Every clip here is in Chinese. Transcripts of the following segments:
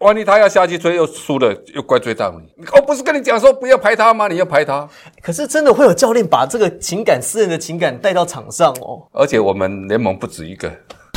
万一他要下去吹又输了，又怪罪到你。我不是跟你讲说不要排他吗？你要排他。 可是真的会有教练把这个私人的情感带到场上哦。 而且我们联盟不止一个。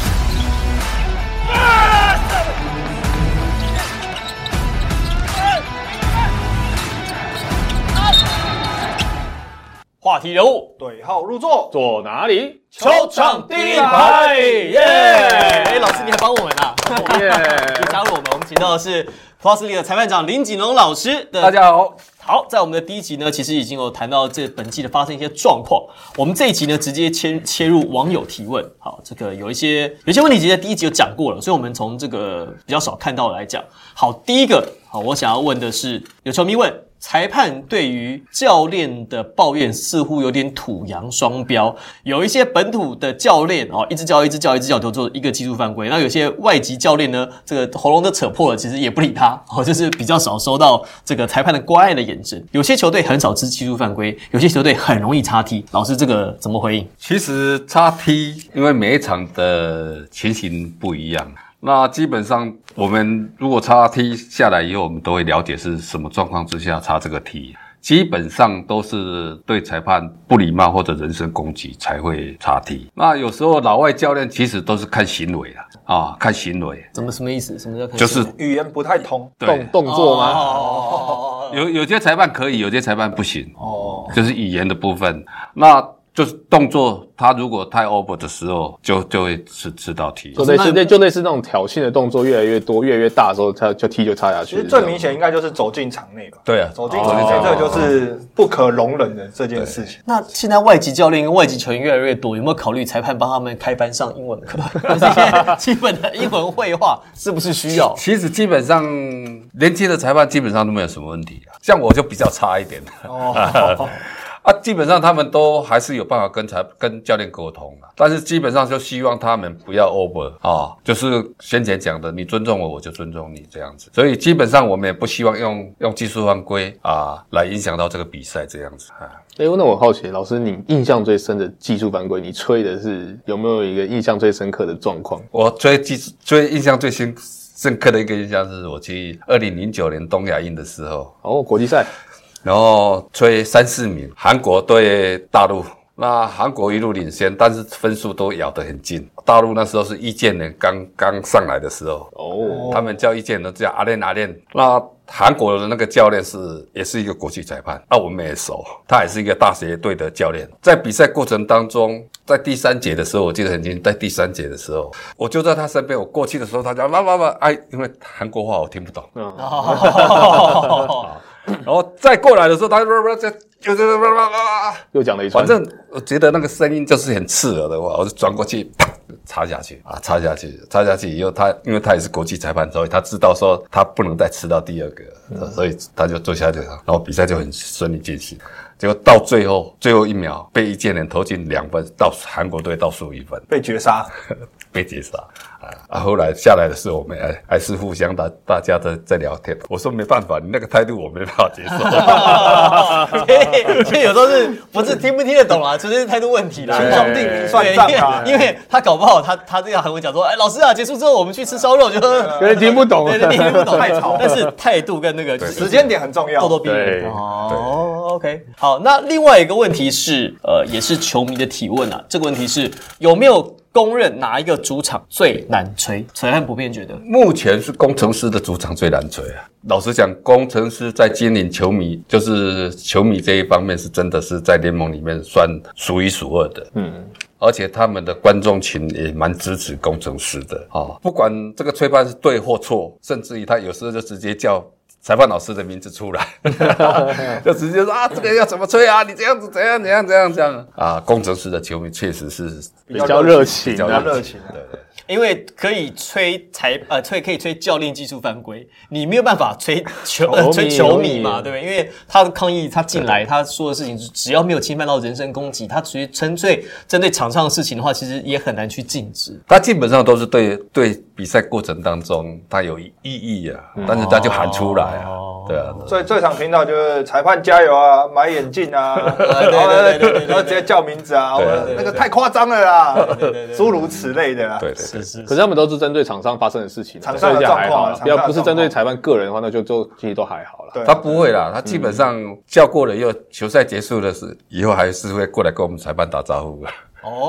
话题人物对号入座， 坐哪里？ 球场第一排，耶！老师你还帮我们啊？ 耶！ 加入我们请到的是 Plus League 的裁判长林锦龙老师的。 大家好。 好，在我们的第一集呢，其实已经有谈到本季的发生一些状况。我们这一集呢，直接切入网友提问。好，这个有一些问题，其实在第一集有讲过了，所以我们从这个比较少看到的来讲。好，第一个，好，我想要问的是，有球迷问。裁判对于教练的抱怨似乎有点土洋双标，有一些本土的教练一直叫都做一个技术犯规，那有些外籍教练呢，这个喉咙都扯破了，其实也不理他，就是比较少收到这个裁判的关爱的眼神。有些球队很少吃技术犯规，有些球队很容易插踢。老师这个怎么回应？ 其实插踢，因为每一场的情形不一样。那基本上，我们如果插踢下来以后，我们都会了解是什么状况之下插这个踢。基本上都是对裁判不礼貌或者人身攻击才会插踢。那有时候老外教练其实都是看行为看行为。 什么意思？什么叫看行为？ 就是语言不太通， 动作吗？ 有些裁判可以，有些裁判不行。就是语言的部分。那就是动作，他如果太 over 的时候，就会吃到踢。 就类似那种挑衅的动作越来越多、越来越大的时候，他就踢就插下去。 其实最明显应该就是走进场内吧。 对啊， 走进场内这个就是不可容忍的这件事情。 那现在外籍教练跟外籍球员越来越多，有没有考虑裁判帮他们开班上英文课？基本的英文绘画是不是需要？ 其实基本上年轻的裁判基本上都没有什么问题像我就比较差一点。基本上他们都还是有办法跟教练沟通但是基本上就希望他们不要 over 就是先前讲的，你尊重我，我就尊重你这样子。所以基本上我们也不希望用技术犯规来影响到这个比赛这样子那我好奇，老师你印象最深的技术犯规，你吹的是有没有一个印象最深刻的状况？ 我追印象最深刻的一个印象是我去2009年东亚运的时候国际赛。 然后吹3-4名，韩国对大陆，那韩国一路领先，但是分数都咬得很近。大陆那时候是易建联刚上来的时候，他们叫易建联叫阿练。那韩国的那个教练也是一个国际裁判，我们也熟，他也是一个大学队的教练。在比赛过程当中，在第3节的时候，我记得很清楚，在第3节的时候，我就在他身边，我过去的时候，他讲因为韩国话我听不懂。然后再过来的时候，他又讲了一串。 反正我觉得那个声音就是很刺耳的话，我就转过去，啪，插下去以后，因为他也是国际裁判，所以他知道说他不能再吃到第二个，所以他就坐下去，然后比赛就很顺利进行。结果到最后1秒被易建联投进2分，到韩国队倒数1分， 被绝杀。 后来下来的时候，我们还是互相大家在聊天。我说没办法，你那个态度我没办法接受。所以有时候不是听不听得懂纯粹是态度问题啦。 亲兄弟明算账因为他搞不好他这样还会讲说，老师结束之后我们去吃烧肉，就有点听不懂， 听不懂太吵。但是态度跟那个时间点很重要， 咄咄逼人。OK， 好，那另外一个问题是，也是球迷的提问这个问题是有没有公认哪一个主场最难吹？裁判普遍觉得， 目前是工程师的主场最难吹老实讲，工程师在经营球迷，就是球迷这一方面，是真的是在联盟里面算数一数二的。而且他们的观众群也蛮支持工程师的不管这个吹判是对或错，甚至于他有时候就直接叫裁判老师的名字出来，就直接说这个要怎么吹你这样子怎样工程师的球迷确实是比较热情， 对。 因为可以吹可以吹教练技术犯规，你没有办法吹球迷嘛，对不对？因为他的抗议，他进来他说的事情，只要没有侵犯到人身攻击，他纯粹针对场上的事情的话，其实也很难去禁止。 他基本上都是对比赛过程当中他有意义但是他就喊出来对啊， 最常听到就是裁判加油啊，买眼镜啊，然后直接叫名字啊，那个太夸张了啦，诸如此类的啦。 对， 是。 可是他们都是针对场上发生的事情， 场上的状况， 不是针对裁判个人的话，那就其实都还好啦。 他不会啦，他基本上叫过了以后，球赛结束的是以后还是会过来跟我们裁判打招呼的。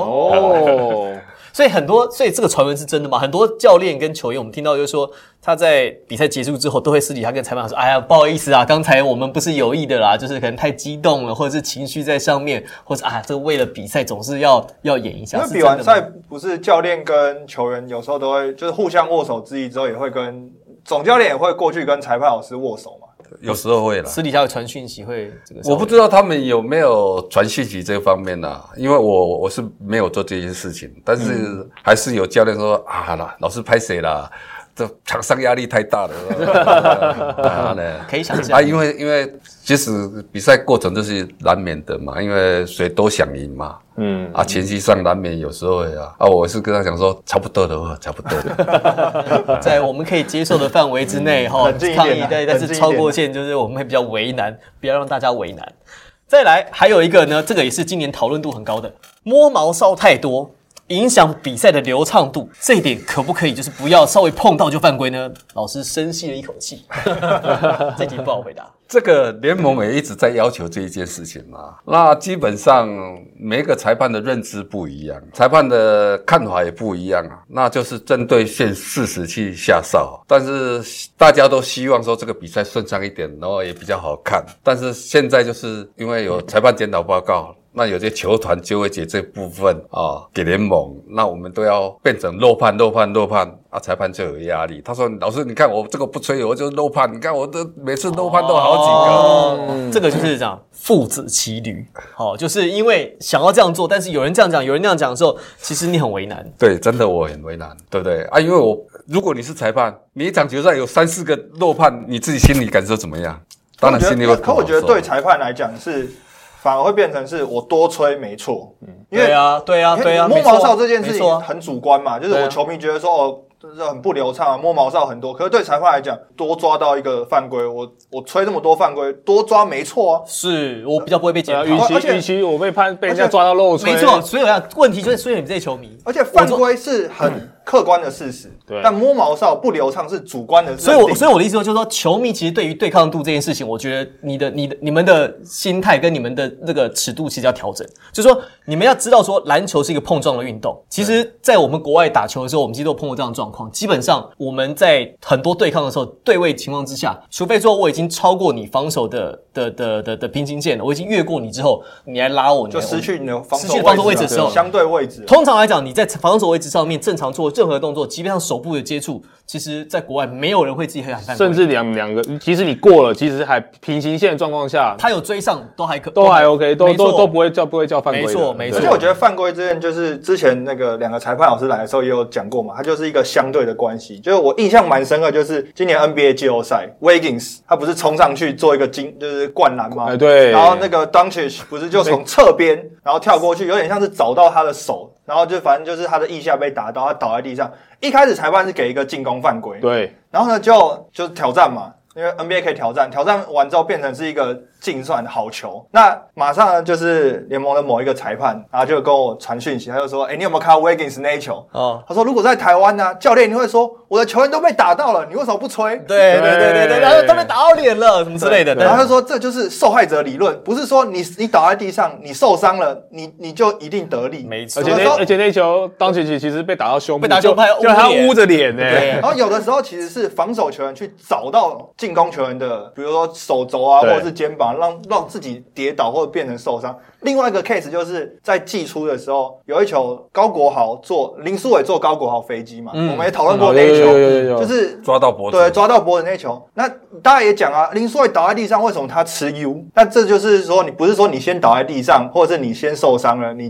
所以这个传闻是真的吗？很多教练跟球员，我们听到就是说，他在比赛结束之后，都会私底下跟裁判说：“哎呀，不好意思啊，刚才我们不是有意的啦，就是可能太激动了，或者是情绪在上面，或者这个为了比赛总是要演一下。” 因为比完赛不是教练跟球员有时候都会就是互相握手致意之后，也会跟总教练也会过去跟裁判老师握手嘛。 有时候会啦， 私底下会传讯息，会这个。 我不知道他们有没有传讯息这方面啦，因为我是没有做这件事情，但是还是有教练说老师拍谁啦，这场上压力太大了， 可以想象因为其实比赛过程都是难免的嘛，因为谁都想赢嘛。情绪上难免有时候会我是跟他讲说差不多的， 在我们可以接受的范围之内抗议，但是超过线就是我们会比较为难，不要让大家为难。再来还有一个呢，这个也是今年讨论度很高的，摸毛哨太多影响比赛的流畅度，这一点可不可以就是不要稍微碰到就犯规呢？老师深吸了一口气，这题不好回答。 这个联盟也一直在要求这一件事情嘛。那基本上每个裁判的认知不一样，裁判的看法也不一样那就是针对事实去下哨。但是大家都希望说这个比赛顺畅一点，然后也比较好看。但是现在就是因为有裁判检讨报告，那有些球团就会解这部分给联盟，那我们都要变成漏判裁判就有压力。他说：“老师，你看我这个不吹，我就漏判。你看我的每次漏判都好几个。 这个就是讲父子骑驴，就是因为想要这样做，但是有人这样讲，有人那样讲的时候，其实你很为难。 对，真的我很为难，对不对因为如果你是裁判，你一场球赛有3-4个漏判，你自己心里感受怎么样？当然心里会不好受。 可我觉得对裁判来讲是。反而会变成是我多吹没错，因为对啊， 摸毛哨这件事情很主观嘛，就是我球迷觉得说这很不流畅摸毛哨很多，可是对裁判来讲，多抓到一个犯规，我吹这么多犯规，多抓没错是我比较不会被检讨， 与其我被人家抓到漏吹， 没错，所以问题就是所以你们这些球迷， 而且犯规是很客观的事实，但摸毛哨不流畅是主观的事情。 所以我的意思就是说，球迷其实对于对抗度这件事情，我觉得你们的心态跟你们的那个尺度其实要调整。就是说，你们要知道说，篮球是一个碰撞的运动。其实，在我们国外打球的时候，我们其实都有碰过这样的状况。基本上，我们在很多对抗的时候，对位情况之下，除非说我已经超过你防守的平行线了，我已经越过你之后，你来拉我， 就失去你的防守位置的时候， 相对位置。 通常来讲，你在防守位置上面正常做任何动作，即便像手部的接触，其实在国外没有人会自己黑喊犯规， 甚至两个，即使你过了，其实还平行线的状况下， 他有追上都还 OK， 都不会叫犯规， 没错。 而且我觉得犯规这件就是之前那个两个裁判老师来的时候也有讲过嘛，它就是一个相对的关系。就是我印象蛮深刻，就是今年 NBA 季后赛 ，Wiggins 他不是冲上去做一个就是灌篮吗？ 对。 然后那个 Doncic 不是就从侧边然后跳过去，有点像是找到他的手。然后就反正就是他的腋下被打到，他倒在地上。一开始裁判是给一个进攻犯规， 对。 然后呢就挑战嘛，因为 NBA 可以挑战完之后变成是一个竞算好球。那马上呢就是联盟的某一个裁判，然后就跟我传讯息，他就说：“你有没有看到 Wiggins 那一球？”他说：“如果在台湾呢，教练你会说我的球员都被打到了，你为什么不吹？” 对，然后他被打到脸了什么之类的。 然后他说这就是受害者理论，不是说你倒在地上你受伤了，你就一定得利。 没错。 而且那球当其实被打到胸部， 被打胸部就他捂着脸呢。 然后有的时候其实是防守球员去找到进攻球员的，比如说手肘或者是肩膀，让自己跌倒或者变成受伤。另外一个 case 就是在季初的时候，有一球高国豪林书伟坐高国豪飞机嘛，我们也讨论过那一球，就是抓到脖子， 对，抓到脖子那一球。那大家也讲林书伟倒在地上，为什么他吃 U？ 那这就是说，你不是说你先倒在地上，或者是你先受伤了，你就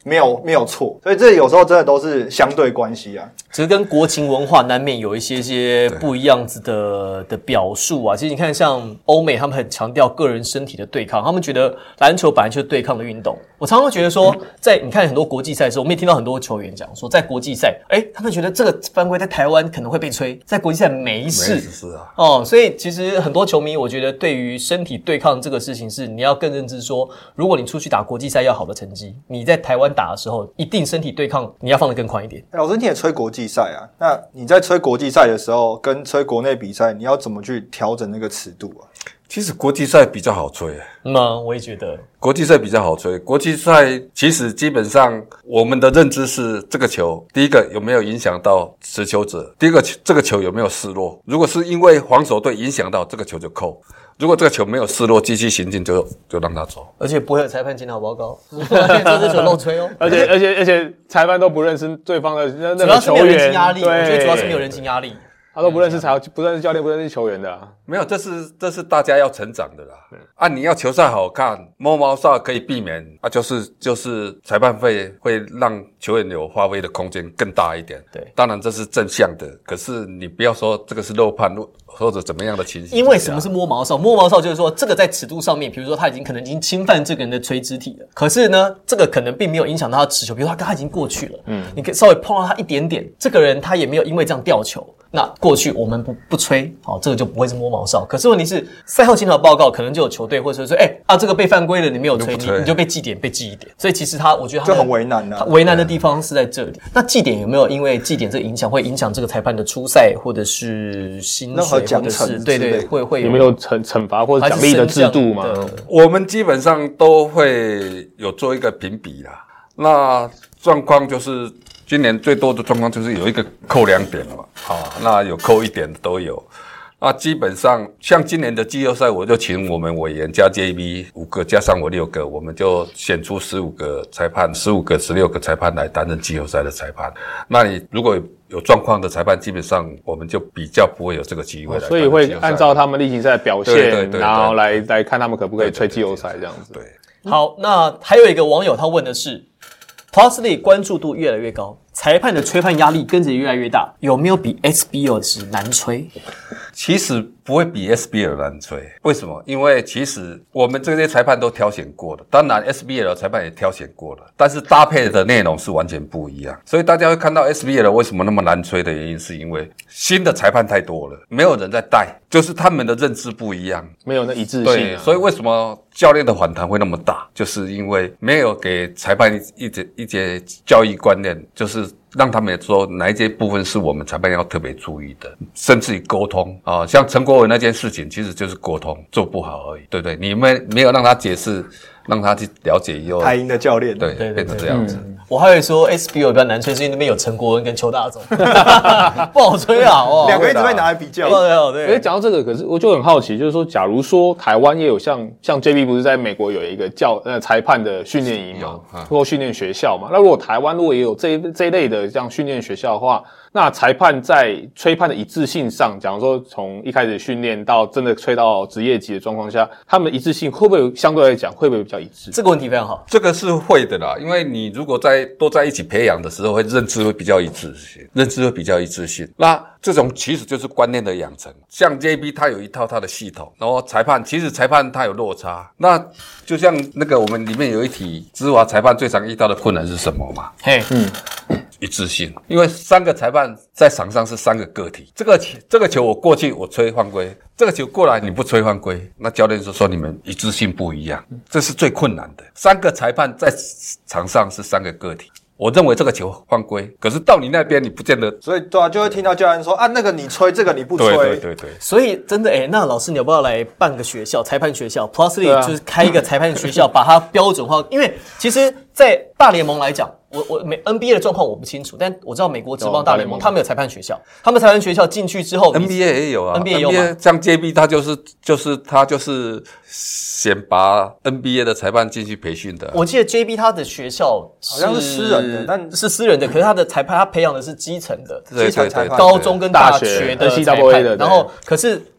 没有错，所以这有时候真的都是相对关系啊。 只是跟国情文化难免有一些不一样子的表述啊。其实你看，像欧美，他们很强调个人身体的对抗，他们觉得篮球本来就是对抗的运动。我常常觉得说，在你看很多国际赛的时候，我们也听到很多球员讲说，在国际赛，他们觉得这个犯规在台湾可能会被吹，在国际赛没事。 是啊。 所以其实很多球迷，我觉得对于身体对抗这个事情是你要更认知说，如果你出去打国际赛要好的成绩，你在台湾打的时候，一定身体对抗你要放得更宽一点。 老师，你也吹国际赛啊？那你在吹国际赛的时候，跟吹国内比赛，你要怎么去调整那个尺度啊？ 其实国际赛比较好吹， 我也觉得国际赛比较好吹。国际赛其实基本上我们的认知是，这个球第一个有没有影响到持球者，第二个这个球有没有失落。如果是因为防守队影响到，这个球就扣。如果这个球没有失落，继续行进就让他走， 而且不会有裁判检讨报告，这球漏吹哦。 而且裁判都不认识对方的那个球员， 主要是没有人情压力，我觉得主要是没有人情压力。 他都不认识不认识教练，不认识球员的啊。 没有，这是大家要成长的啦。你要球赛好看，摸毛哨可以避免就是裁判会让球员有发挥的空间更大一点。 对， 当然这是正向的，可是你不要说这个是漏判或者怎么样的情形。 因为什么是摸毛哨？摸毛哨就是说这个在尺度上面，比如说他可能已经侵犯这个人的垂直体了，可是呢，这个可能并没有影响到他持球，比如说他已经过去了，你可以稍微碰到他一点点，这个人他也没有因为这样掉球。那过去我们不吹，这个就不会是摸毛哨。可是问题是，赛后检讨报告可能就有球队或者说，这个被犯规了，你没有吹，你就被记点。所以其实我觉得就很为难啊。 他为难的地方是在这里。那记点有没有因为记点这个影响，会影响这个裁判的出赛或者是薪水，或者是对会有没有惩罚或者奖励的制度吗？ 我们基本上都会有做一个评比啦。那状况就是。今年最多的状况就是有一个扣2点嘛，那有扣1点的都有。那基本上像今年的季后赛，我就请我们委员加 JB 5个加上我6个，我们就选出15个裁判，15个16个裁判来担任季后赛的裁判。那你如果有状况的裁判，基本上我们就比较不会有这个机会来。 所以会按照他们例行赛的表现，然后来看他们可不可以吹季后赛这样子。 对。 好，那还有一个网友他问的是 ，Plus 关注度越来越高。裁判的吹判压力跟着越来越大，有没有比 SBL 时难吹？ 其实不会比 SBL 难吹，为什么？因为其实我们这些裁判都挑选过了，当然 SBL 裁判也挑选过了，但是搭配的内容是完全不一样。所以大家会看到 SBL 为什么那么难吹的原因，是因为新的裁判太多了，没有人在带，就是他们的认知不一样， 没有那一致性。 对，所以为什么教练的反弹会那么大，就是因为没有给裁判一节教育观念，就是让他们说哪一些部分是我们裁判要特别注意的，甚至于沟通啊，像陈国伟那件事情，其实就是沟通做不好而已，对不对？你们没有让他解释，让他去了解以后， 台银的教练对变成这样子。 我还会说 SBL 比较难吹，是因为那边有陈国文跟邱大总，不好吹啊！ 两个一直被拿来比较。 对。 讲到这个，可是我就很好奇，就是说，假如说台湾也有像 JB 不是在美国有一个裁判的训练营嘛，或训练学校嘛？那如果台湾如果也有这一类的这样训练学校的话，那裁判在吹判的一致性上，假如说从一开始训练到真的吹到职业级的状况下，他们的一致性会不会相对来讲会不会比较一致？ 这个问题非常好， 这个是会的啦，因为你如果都在一起培养的时候，认知会比较一致性。那这种其实就是观念的养成。像 JB 他有一套他的系统，然后裁判他有落差。那就像那个我们里面有一题，芝华裁判最常遇到的困难是什么嘛？一致性，因为3个裁判在场上是3个个体，这个球我过去我吹犯规，这个球过来你不吹犯规，那教练说你们一致性不一样，这是最困难的。3个裁判在场上是3个个体，我认为这个球犯规，可是到你那边你不见得， 所以对啊，就会听到教练说那个你吹，这个你不吹， 对。 所以真的那老师你要不要来办个学校，裁判学校 ，Plus 就是开一个裁判学校，把它标准化，因为其实，在大联盟来讲。我NBA 的状况我不清楚，但我知道美国职棒大联盟他们有裁判学校，他们裁判学校进去之后 ，NBA 也有啊 ，NBA 也有吗？ 像 JB 他就是先把 NBA 的裁判进去培训的。 我记得 JB 他的学校好像是私人的，但是私人的，可是他的裁判他培养的是基层的， 对基层裁判， 高中跟大学的裁判，然后可是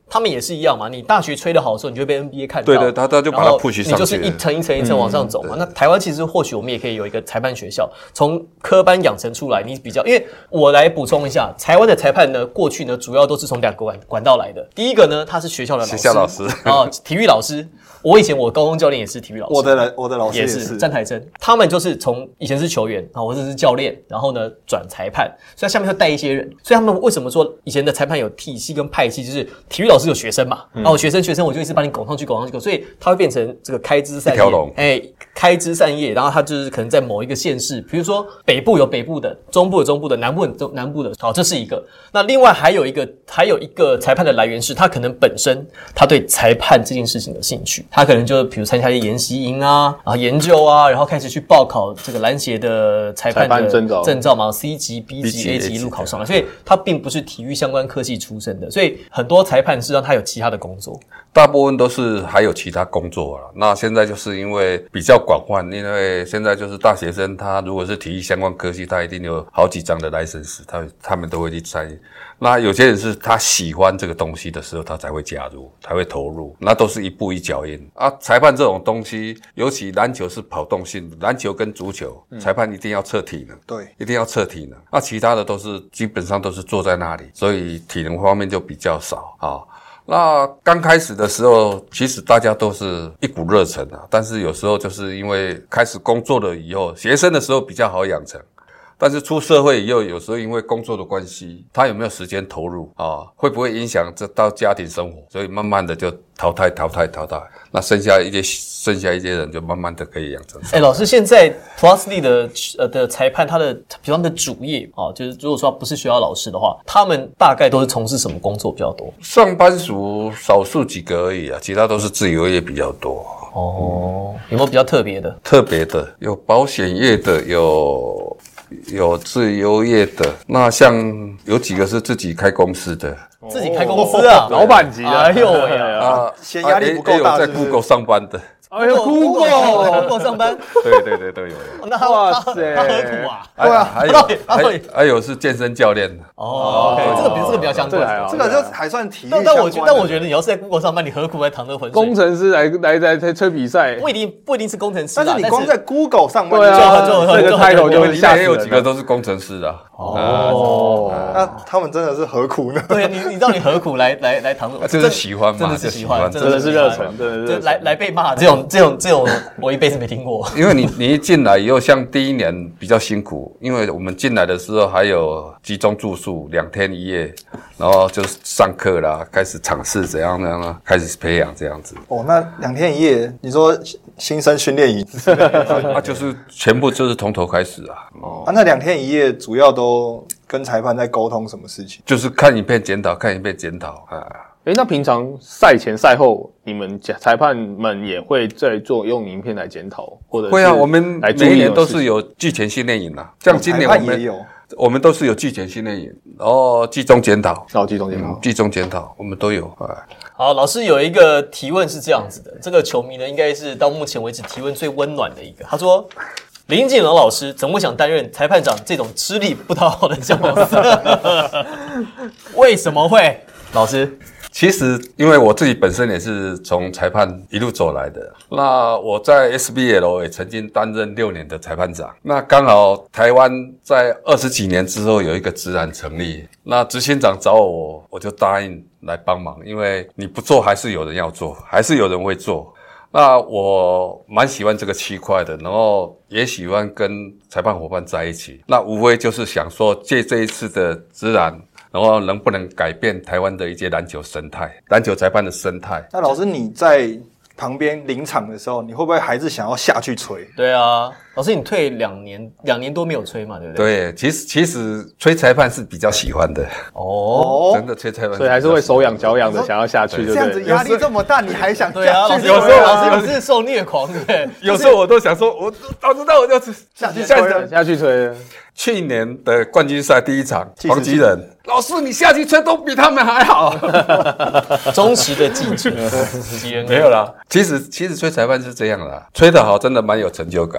他们也是一样嘛，你大学吹得好的时候，你就会被 NBA 看到， 对，他就把它 push 上去， 你就是一层一层一层往上走嘛。那台湾其实或许我们也可以有一个裁判学校，从科班养成出来，你比较，因为我来补充一下，台湾的裁判呢，过去呢主要都是从2个管道来的。第一个呢，他是学校的老师，体育老师。我以前我高中教练也是体育老师， 我的老师也是詹台珍，他们就是从以前是球员啊，或者是教练，然后呢转裁判，所以下面会带一些人，所以他们为什么说以前的裁判有体系跟派系，就是体育老师有学生嘛，然后学生我就一直把你拱上去，所以他会变成这个开枝散叶，开枝散叶，然后他就是可能在某一个县市，比如说北部有北部的，中部有中部的，南部有南部的，好，这是一个。那另外还有一个裁判的来源是，他可能本身他对裁判这件事情有兴趣。他可能就比如参加一些研习营啊，然后研究啊，然后开始去报考这个篮协的裁判的证照嘛 ，C 级、B 级、A 级一路考上来，所以他并不是体育相关科系出身的，所以很多裁判是让他有其他的工作， 大部分都是还有其他工作啦。那现在就是因为比较广泛，因为现在就是大学生他如果是体育相关科系，他一定有好几张的 license， 他们都会去参与。那有些人是他喜欢这个东西的时候，他才会加入，才会投入，那都是一步一脚印啊。裁判这种东西，尤其篮球是跑动性，篮球跟足球，裁判一定要测体能， 对， 一定要测体能。那其他的都是基本上都是坐在那里，所以体能方面就比较少啊。那刚开始的时候，其实大家都是一股热忱啊，但是有时候就是因为开始工作了以后，学生的时候比较好养成。但是出社会以后，有时候因为工作的关系，他有没有时间投入啊？会不会影响这到家庭生活？所以慢慢的就淘汰。那剩下一些人就慢慢的可以养成。 老师，现在 Plus League 的裁判，他的比方的主业啊，就是如果说不是学校老师的话，他们大概都是从事什么工作比较多？ 上班族少数几个而已啊，其他都是自由业比较多。 哦，有没有比较特别的？ 特别的有保险业的，有自由业的，那像有几个是自己开公司的， 自己开公司啊， 老板级的， 哎呦喂啊， 嫌压力不够大， 有在 Google 上班的。 哎呦 ，Google 上班， 对都有。 那哇塞，他何苦啊？ 对啊， 还有是健身教练的。 哦，这个比较相关， 这个就还算体育相关。 但我觉得你要是在 Google 上班，你何苦来淌这浑水？ 工程师来吹比赛， 不一定是工程师， 但是你光在 Google 上班， 对啊，这个title就会吓死人。 也有几个都是工程师啊。 那他们真的是何苦呢？ 对，你到底何苦来淌？ 就是喜欢嘛， 真的是喜欢， 真的是热忱，真的是来被骂这种，我一辈子没听过。 因为你一进来以后，像第一年比较辛苦，因为我们进来的时候还有集中住宿2天1夜，然后就是上课啦，开始尝试怎样呢，开始培养这样子。 哦，那2天1夜，你说新生训练营， 就是全部就是从头开始啊。 那2天1夜主要都跟裁判在沟通什么事情？ 就是看影片检讨啊。 那平常赛前赛后，你们裁判们也会在做用影片来检讨，或者是会啊，我们每一年都是有季前训练营啊，像今年我们都是有季前训练营，然后季中检讨，季中检讨我们都有啊。 好，老师有一个提问是这样子的，这个球迷呢应该是到目前为止提问最温暖的一个，他说。林锦龙老师怎么会想担任裁判长这种吃力不讨好的角色？为什么会？老师， 其实因为我自己本身也是从裁判一路走来的，那我在 SBL 也曾经担任6年的裁判长。那刚好台湾在20几年之后有一个职篮成立，那执行长找我就答应来帮忙，因为你不做还是有人要做，还是有人会做。那我蛮喜欢这个区块的，然后也喜欢跟裁判伙伴在一起。那无非就是想说，借这一次的职篮，然后能不能改变台湾的一些篮球生态，篮球裁判的生态。 那老师你在旁边临场的时候，你会不会还是想要下去吹？ 对啊，老师你退2年多没有吹嘛，对不对？ 对，其实吹裁判是比较喜欢的哦，真的吹裁判， 所以还是会手痒脚痒的，想要下去，对不对？ 这样子压力这么大，你还想对啊？ 有时候老师你是受虐狂，对不对？ 有时候我都想说，我早知道我就下去吹。 去年的冠军赛第一场，黄基仁老师，你下去吹都比他们还好。 忠实的记者， 没有啦。其实吹裁判是这样啦，吹得好真的蛮有成就感的。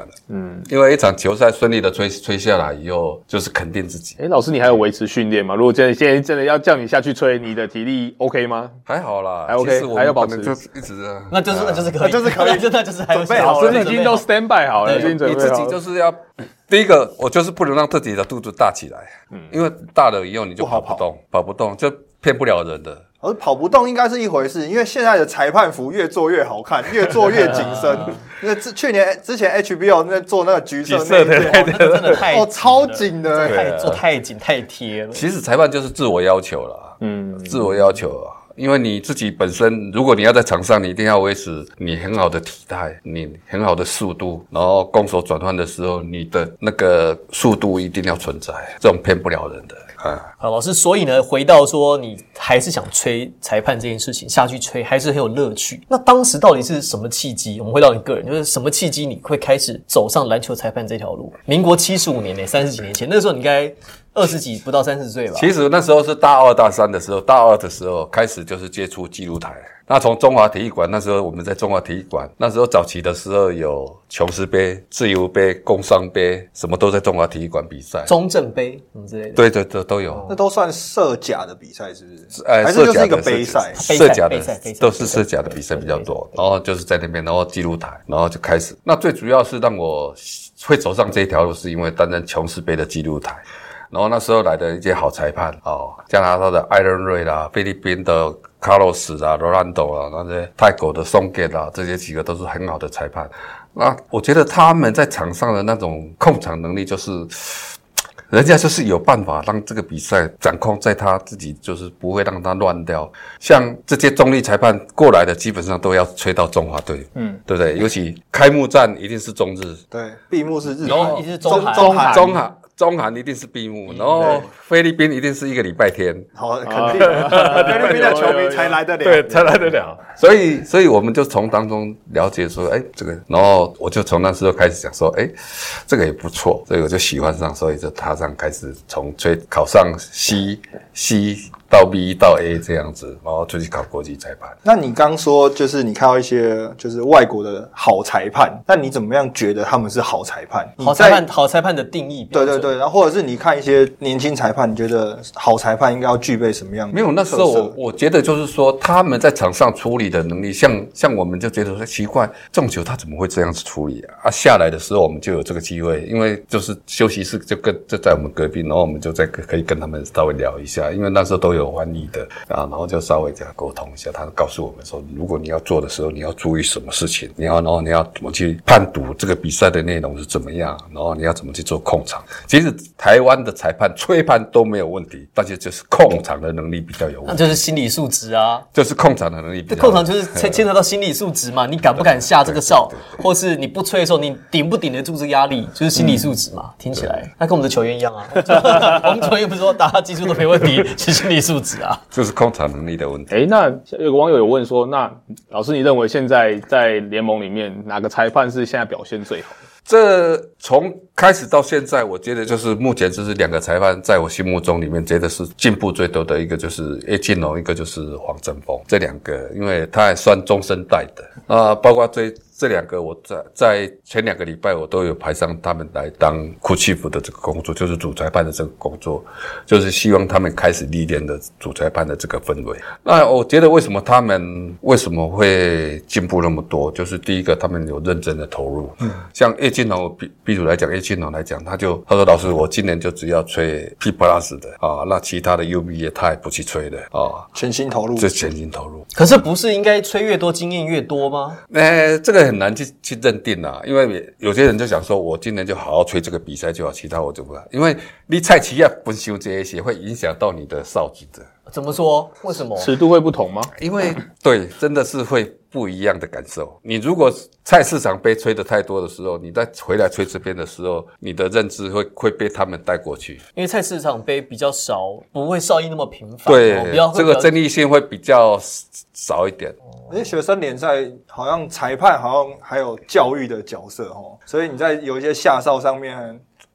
因为一场球赛顺利的吹下来以后，就是肯定自己。 老师，你还有维持训练吗？如果现在真的要叫你下去吹，你的体力 OK 吗？ 还好啦， 还 OK，还要保持， 就一直这样。 那就是可以，那就是还准备好了， 已经都 stand by 好了， 你自己就是要。第一个，我就是不能让自己的肚子大起来，因为大了以后你就跑不动，就骗不了人的。 而跑不动应该是一回事，因为现在的裁判服越做越好看，越做越紧身。那之前 HBO 那做那个橘色那个，真的太超紧的， 太紧太贴了。 其实裁判就是自我要求啦，自我要求啊。因为你自己本身，如果你要在场上，你一定要维持你很好的体态，你很好的速度，然后攻守转换的时候，你的那个速度一定要存在，这种骗不了人的。 好，老师，所以呢，回到说你还是想吹裁判这件事情下去吹，还是很有乐趣。那当时到底是什么契机？我们回到你个人，就是什么契机你会开始走上篮球裁判这条路？民国75年30几年前，那个时候你应该20几，不到30岁吧？ 其实那时候是大2、大3的时候，大2的时候开始就是接触纪录台。那从中华体育馆，那时候我们在中华体育馆，那时候早期的时候有琼斯杯、自由杯、工商杯，什么都在中华体育馆比赛。 中正杯什么之类的。 对，都有。 那都算射甲的比赛是不是？还是就是一个杯赛？ 射甲的都是射甲的比赛比较多。然后就是在那边，然后纪录台，然后就开始。那最主要是让我会走上这一条路，是因为担任琼斯杯的纪录台。然后那时候来的一些好裁判加拿大的艾伦瑞啦，菲律宾的卡洛斯啊、罗兰多啊，那些泰国的松杰啊，这些几个都是很好的裁判。那我觉得他们在场上的那种控场能力，就是人家就是有办法让这个比赛掌控在他自己，就是不会让他乱掉。像这些中立裁判过来的，基本上都要吹到中华队，对不对？尤其开幕战一定是中日， 对，闭幕是日， 然后一定是中韩一定是闭幕，然后菲律宾一定是一个礼拜天， 好，肯定菲律宾的球迷才来得了， 对，才来得了。所以我们就从当中了解说，这个，然后我就从那时候开始想说，这个也不错，所以我就喜欢上，所以就踏上开始从考上 C 到 B 到 A 这样子，然后就去考国际裁判。 那你刚说就是你看到一些就是外国的好裁判，那你怎么样觉得他们是好裁判？ 好裁判的定义， 对，然后或者是你看一些年轻裁判，你觉得好裁判应该要具备什么样的特色？ 没有，那时候我觉得就是说他们在场上处理的能力，像我们就觉得说奇怪，这种球他怎么会这样子处理啊？下来的时候我们就有这个机会，因为就是休息室就在我们隔壁，然后我们就可以跟他们稍微聊一下，因为那时候都有翻译的然后就稍微这样沟通一下，他告诉我们说，如果你要做的时候，你要注意什么事情，然后你要怎么去判读这个比赛的内容是怎么样，然后你要怎么去做控场。其实台湾的裁判吹判都没有问题，但是就是控场的能力比较有问题。 那就是心理素质啊， 就是控场的能力比较有问题。 控场就是牵扯到心理素质嘛，你敢不敢下这个哨，或是你不吹的时候，你顶不顶得住这个压力，就是心理素质嘛。听起来那跟我们的球员一样啊，我们球员不是说打他技术都没问题，是心理素质啊， 就是控场能力的问题。 那有个网友有问说，那老师你认为现在在联盟里面哪个裁判是现在表现最好的？ 这从开始到现在，我觉得就是目前就是两个裁判，在我心目中里面觉得是进步最多的，一个就是叶金龙，一个就是黄振峰。这两个，因为他还算中生代的包括这两个，我在前2个礼拜我都有排上他们来当库奇夫的这个工作，就是主裁判的这个工作，就是希望他们开始历练的主裁判的这个氛围。那我觉得他们为什么会进步那么多，就是第一个他们有认真的投入，像叶金龙，比如来讲，叶金龙来讲，他说老师，我今年就只要吹 P+ 的那其他的 UB 他也不去吹的全心投入， 这全心投入。 可是不是应该吹越多经验越多吗？ 这个很难去认定因为有些人就想说，我今年就好好吹这个比赛就好，其他我就不要，因为你菜市啊分享这些会影响到你的哨子的。 怎么说？为什么？ 尺度会不同吗？ 因为对，真的是会不一样的感受。你如果菜市场杯吹的太多的时候，你再回来吹这边的时候，你的认知会被他们带过去。 因为菜市场杯比较少，不会效益那么频繁。 对，这个争议性会比较少一点。 而且学生联赛好像裁判好像还有教育的角色所以你在有一些下哨上面，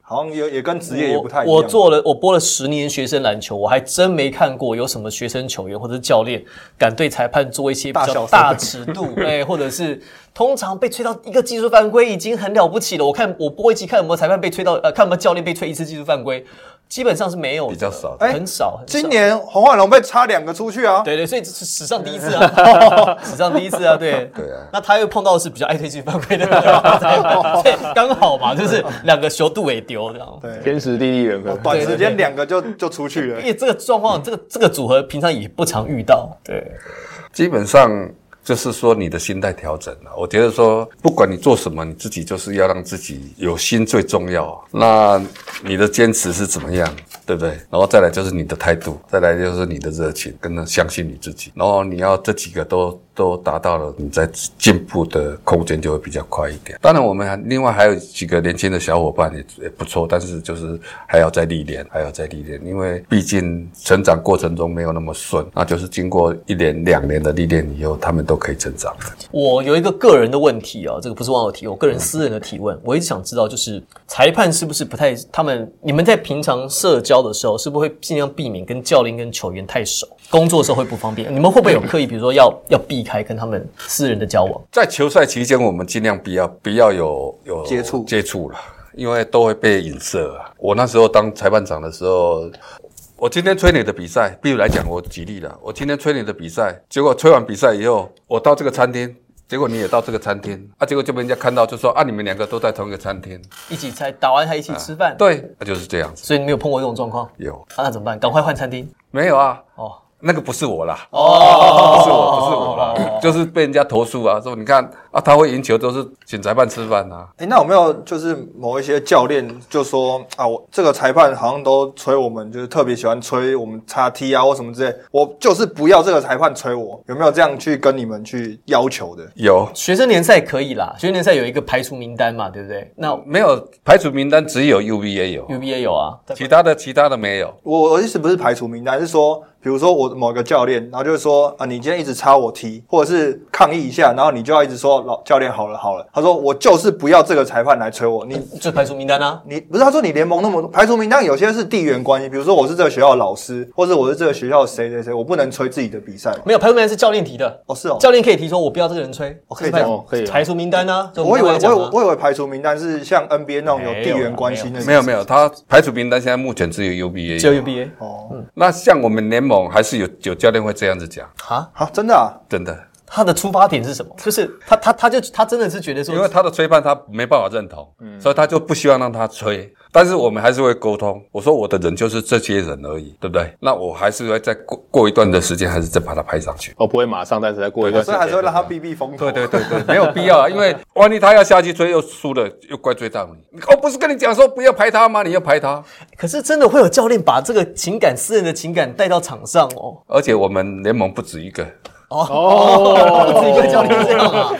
好像也跟职业也不太一样。 我播了10年学生篮球，我还真没看过有什么学生球员或者是教练敢对裁判做一些比较大尺度，或者是通常被吹到一个技术犯规已经很了不起了。我播一集看有没有裁判被吹到，看有没有教练被吹一次技术犯规。基本上是没有的， 比较少， 很少。 今年洪焕龙被插2个出去啊， 对，所以这是史上第一次啊，史上第一次啊，对啊。 那他又碰到的是比较爱推技术犯规的，所以刚好嘛，就是2个修度也丢这样， 对， 天时地利人和， 短时间2个就出去了。 因为这个状况，这个组合平常也不常遇到，对， 基本上。就是说你的心态调整了，我觉得说不管你做什么，你自己就是要让自己有心最重要。那你的坚持是怎么样，对不对？然后再来就是你的态度，再来就是你的热情，跟相信你自己。然后你要这几个都达到了，你在进步的空间就会比较快一点。当然，我们另外还有几个年轻的小伙伴也不错，但是就是还要再历练，因为毕竟成长过程中没有那么顺，那就是经过1年2年的历练以后，他们都可以成长的。 我有一个个人的问题啊，这个不是网友提，我个人私人的提问，我一直想知道，就是裁判是不是不太，你们在平常社交的时候，是不是会尽量避免跟教练跟球员太熟？工作的时候会不方便，你们会不会有刻意，比如说要避开跟他们私人的交往？ 在球赛期间，我们尽量不要有接触了，因为都会被影射啊。我那时候当裁判长的时候，我今天吹你的比赛，比如来讲，我举例了，我今天吹你的比赛，结果吹完比赛以后，我到这个餐厅。结果你也到这个餐厅啊，结果就被人家看到，就说啊，你们2个都在同一个餐厅， 一起打完还一起吃饭， 对，就是这样子。 所以你没有碰过这种状况？ 有那怎么办？赶快换餐厅？ 没有啊，那个不是我啦，不是我啦，就是被人家投诉啊，说你看啊，他会赢球都是请裁判吃饭啊。 那有没有就是某一些教练就说啊，我这个裁判好像都吹我们，就是特别喜欢吹我们叉 T 啊或什么之类，我就是不要这个裁判吹我，有没有这样去跟你们去要求的？ 有， 学生联赛可以啦，学生联赛有一个排除名单嘛，对不对？那没有排除名单，只有 UBA 有 ，UBA 有啊， 其他的没有。 我意思不是排除名单，是说。比如说我某个教练，然后就是说啊，你今天一直插我踢，或者是抗议一下，然后你就要一直说教练好了。他说我就是不要这个裁判来吹我，你就排除名单啊？ 你不是他说你联盟那么多排除名单，有些是地缘关系，比如说我是这个学校的老师，或者我是这个学校谁，我不能吹自己的比赛。 没有排除名单是教练提的是哦， 教练可以提说我不要这个人吹， 可以这样， 可以排除名单啊。 我以为排除名单是像 NBA 那种有地缘关系的。 没有，他排除名单现在目前只有 UBA， 只有 UBA 那像我们联盟还是有教练会这样子讲真的啊， 真的。 他的出发点是什么？就是他真的是觉得说， 因为他的吹判他没办法认同，所以他就不希望让他吹。但是我们还是会沟通。我说我的人就是这些人而已，对不对？那我还是会再过一段的时间，还是再把它拍上去。 不会马上，但是再过一段时间， 所以还是会让他避风头。 对，没有必要啊，因为万一他要下去吹又输了，又怪罪到你。不是跟你讲说不要排他吗？你要排他。 可是真的会有教练把这个私人的情感带到场上哦。 而且我们联盟不止一个。 不止一个教练这样啊。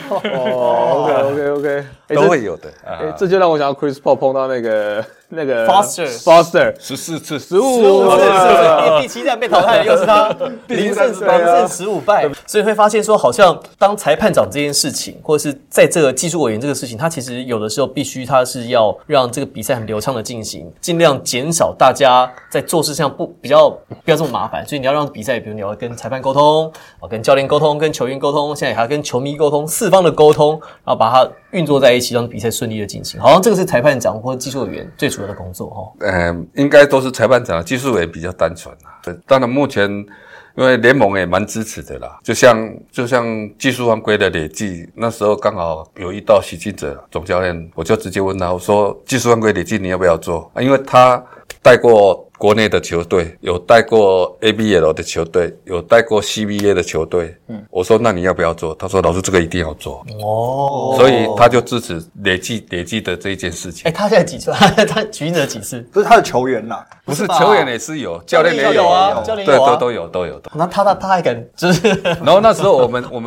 OK， 都会有的。 这就让我想到 Chris Paul 碰到那个 Foster 14次 15次，第7站被淘汰的又是他，0胜15败，所以会发现说，好像当裁判长这件事情，或者是在这个技术委员这个事情，他其实有的时候必须他是要让这个比赛很流畅的进行，尽量减少大家在做事上不要这么麻烦，所以你要让比赛，比如你要跟裁判沟通，跟教练沟通，跟球员沟通，现在还要跟球迷沟通，4方的沟通，然后把它运作在一起，让比赛顺利的进行。好像这个是裁判长或技术委员最主要的工作应该都是裁判长，技术委员比较单纯啦。当然目前因为联盟也蛮支持的啦，就像技术犯规的累计，那时候刚好有遇到许晋哲总教练，我就直接问他，我说技术犯规累计你要不要做？因为他带过国内的球队，有带过 ABL 的球队，有带过 CBA 的球队。我说那你要不要做？他说老师这个一定要做。所以他就支持累计的这一件事情。 他现在几次？他举赢了几次？ 不是他的球员啦， 不是球员也是有，教练也有啊，教练有啊， 对，都有。 那他还敢就是？ 然后那时候我们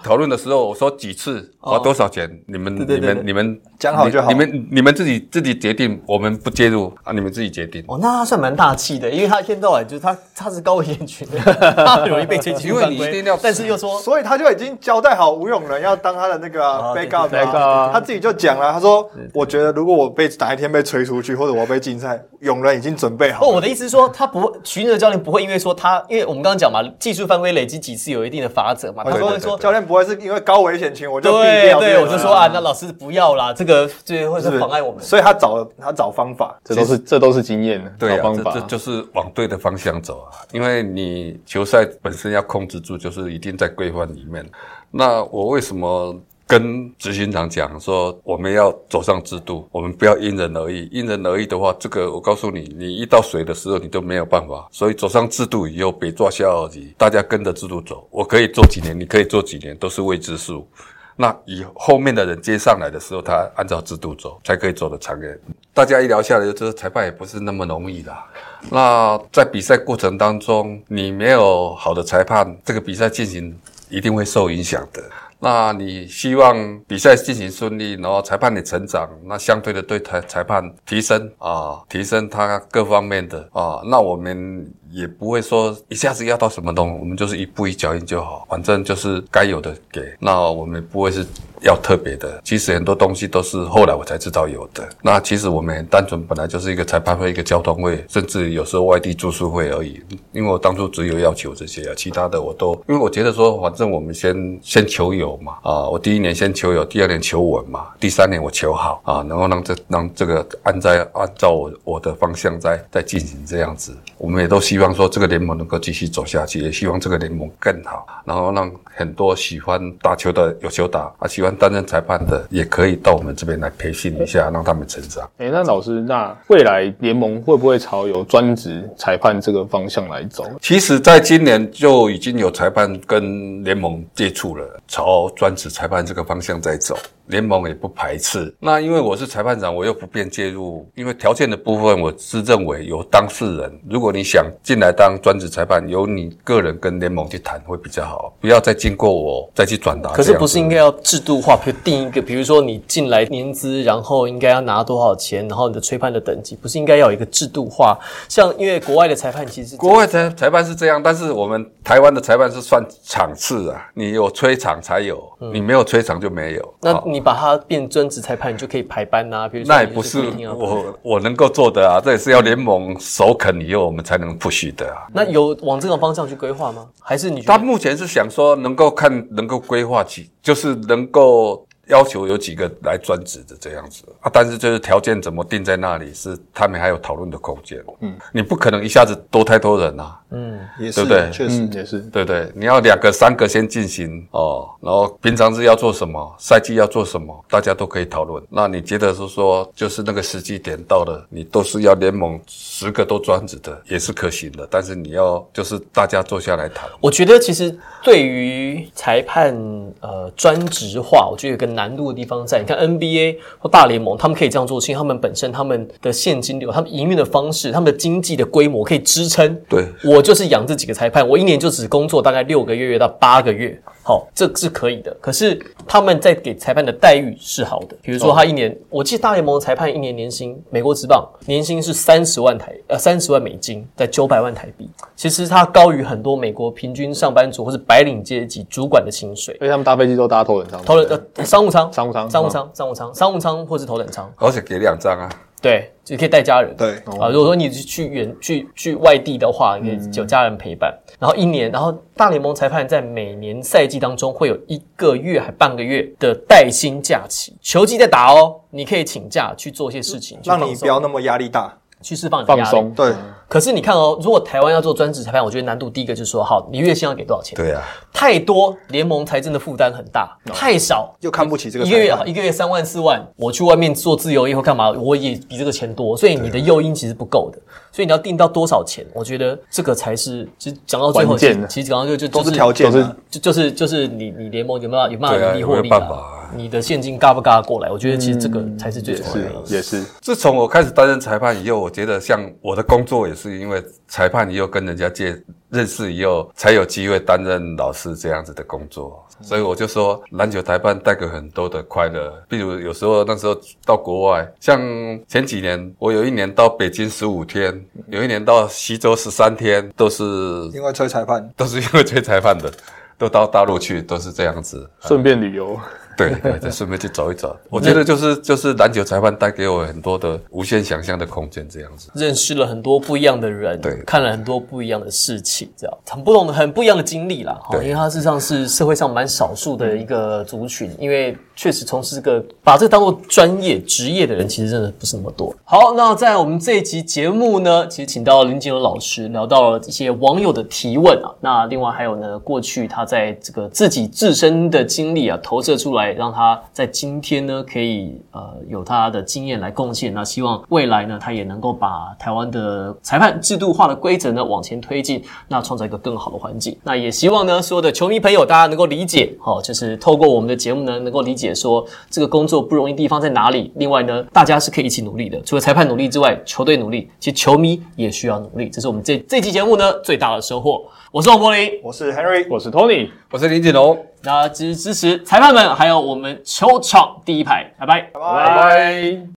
讨论的时候，我说几次花多少钱，你们讲好就好， 你们自己决定，我们不介入啊，你们自己决定。 哦，那他算蛮大气的，因为他一天到晚就是他是高危险群的，他很容易被追击。 因为你一定要， 但是又说， 所以他就已经交代好吴永仁要当他的那个 backup，他自己就讲了，他说我觉得如果我哪一天被吹出去，或者我被禁赛，永仁已经准备好了。 我的意思是说，他不徐云哲教练不会因为说因为我们刚刚讲嘛，技术犯规累积几次有一定的法则嘛，他会说教练不会是因为高危险群我就避掉， 对，我就说啊，那老师不要啦，这个会是妨碍我们， 所以他找方法， 这都是经验的， 对啊， 方法这就是往对的方向走啊，因为你球赛本身要控制住，就是一定在规范里面。那我为什么跟执行长讲说我们要走上制度，我们不要因人而异。因人而异的话，这个我告诉你，你遇到水的时候你都没有办法。所以走上制度以后，别抓瞎而已，大家跟着制度走。我可以做几年，你可以做几年，都是未知数。那以后面的人接上来的时候，他按照制度走，才可以走得长远。大家一聊下来就知道，裁判也不是那么容易的。那在比赛过程当中，你没有好的裁判，这个比赛进行一定会受影响的。那你希望比赛进行顺利，然后裁判也成长，那相对的对裁判提升他各方面的那我们也不会说一下子要到什么东西，我们就是一步一脚印就好，反正就是该有的给。那我们不会是要特别的，其实很多东西都是后来我才知道有的。那其实我们很单纯，本来就是一个裁判会、一个交通会，甚至有时候外地住宿会而已。因为我当初只有要求这些其他的我都，因为我觉得说，反正我们先求有嘛我第一年先求有，第二年求稳嘛，第三年我求好然后让这个按照我的方向再进行这样子。我们也都希望说这个联盟能够继续走下去，也希望这个联盟更好，然后让很多喜欢打球的有球打喜欢担任裁判的也可以到我们这边来培训一下，让他们成长。 那老师，那未来联盟会不会朝有专职裁判这个方向来走？ 其实在今年就已经有裁判跟联盟接触了，朝专职裁判这个方向在走，联盟也不排斥。那因为我是裁判长，我又不便介入，因为条件的部分我是认为由当事人，如果你想进来当专职裁判，由你个人跟联盟去谈会比较好，不要再经过我再去转达。 可是不是应该要制度化，比如定一个，比如说你进来年资，然后应该要拿多少钱，然后你的吹判的等级，不是应该要有一个制度化？像因为国外的裁判其实国外裁判是这样，但是我们台湾的裁判是算场次你有吹场才有，你没有吹场就没有。 那你把它变专职裁判，你就可以排班比如说那也不是我能够做的这也是要联盟首肯以后我们才能 push 的那有往这种方向去规划吗？还是你觉得？ 他目前是想说能够规划起，就是能够要求有几个来专职的这样子但是就是条件怎么定在那里，是他们还有讨论的空间。你不可能一下子多太多人也是， 对不对？ 确实也是， 对不对？你要2个3个先进行然后平常日要做什么，赛季要做什么，大家都可以讨论。那你觉得是说，就是那个时机点到了，你都是要联盟10个都专职的，也是可行的。但是你要就是大家坐下来谈。 我觉得其实对于裁判专职化，我觉得有个难度的地方在，你看 NBA 或大联盟，他们可以这样做，是因为他们本身他们的现金流、他们营运的方式、他们的经济的规模可以支撑。 对， 我就是养这几个裁判，我一年就只工作大概6个月到8个月，好，这是可以的。可是他们在给裁判的待遇是好的，比如说他一年，我记得大联盟的裁判一年年薪，美国职棒年薪是30万美金，在900万台币，其实它高于很多美国平均上班族或是白领阶级主管的薪水。 所以他们搭飞机都搭头等舱， 商务舱，商务舱或是头等舱， 而且给2张对，就可以带家人。 对如果说你去外地的话，可以有家人陪伴。然后1年，然后大联盟裁判在每年赛季当中会有1个月还半个月的带薪假期，球季在打你可以请假去做些事情， 让你不要那么压力大， 去释放你的压力。 放松。 对。 可是你看如果台湾要做专职裁判，我觉得难度第一个就是说，好，你月薪要给多少钱？ 对太多联盟财政的负担很大，太少又看不起这个一个月3万4万，我去外面做自由业或干嘛，我也比这个钱多，所以你的诱因其实不够的。所以你要定到多少钱，我觉得这个才是，其实讲到最后，其实讲到就都是条件， 就是你联盟有没有能力获利没办法你的现金嘎不嘎过来？我觉得其实这个才是最重要的。 也是。 自从我开始担任裁判以后，我觉得像我的工作也是因为裁判以后跟人家认识以后，才有机会担任老师这样子的工作。所以我就说，篮球裁判带给很多的快乐。比如那时候到国外，像前几年，我有一年到北京15天，有一年到西周13天，都是因为吹裁判， 都是因为吹裁判的，都到大陆去，都是这样子， 顺便旅游。 对，再顺便去走一走。我觉得就是篮球裁判带给我很多的无限想象的空间，这样子。 认识了很多不一样的人，对，看了很多不一样的事情，这样很不一样的经历啦。因为它事实上是社会上蛮少数的一个族群，因为确实从事把这个当做专业职业的人，其实真的不是那么多。好，那在我们这一集节目呢，其实请到林锦荣老师聊到了一些网友的提问啊。那另外还有呢，过去他在这个自己自身的经历啊投射出来。让他在今天呢可以有他的经验来贡献，那希望未来呢他也能够把台湾的裁判制度化的规则呢往前推进，那创造一个更好的环境。那也希望呢所有的球迷朋友大家能够理解就是透过我们的节目呢能够理解说这个工作不容易的地方在哪里，另外呢大家是可以一起努力的，除了裁判努力之外，球队努力，其实球迷也需要努力，这是我们这期节目呢最大的收获。我是王柏林， 我是 Henry， 我是 Tony， 我是林锦荣。 那支持裁判们，还有我们球场第一排，拜拜， 拜拜。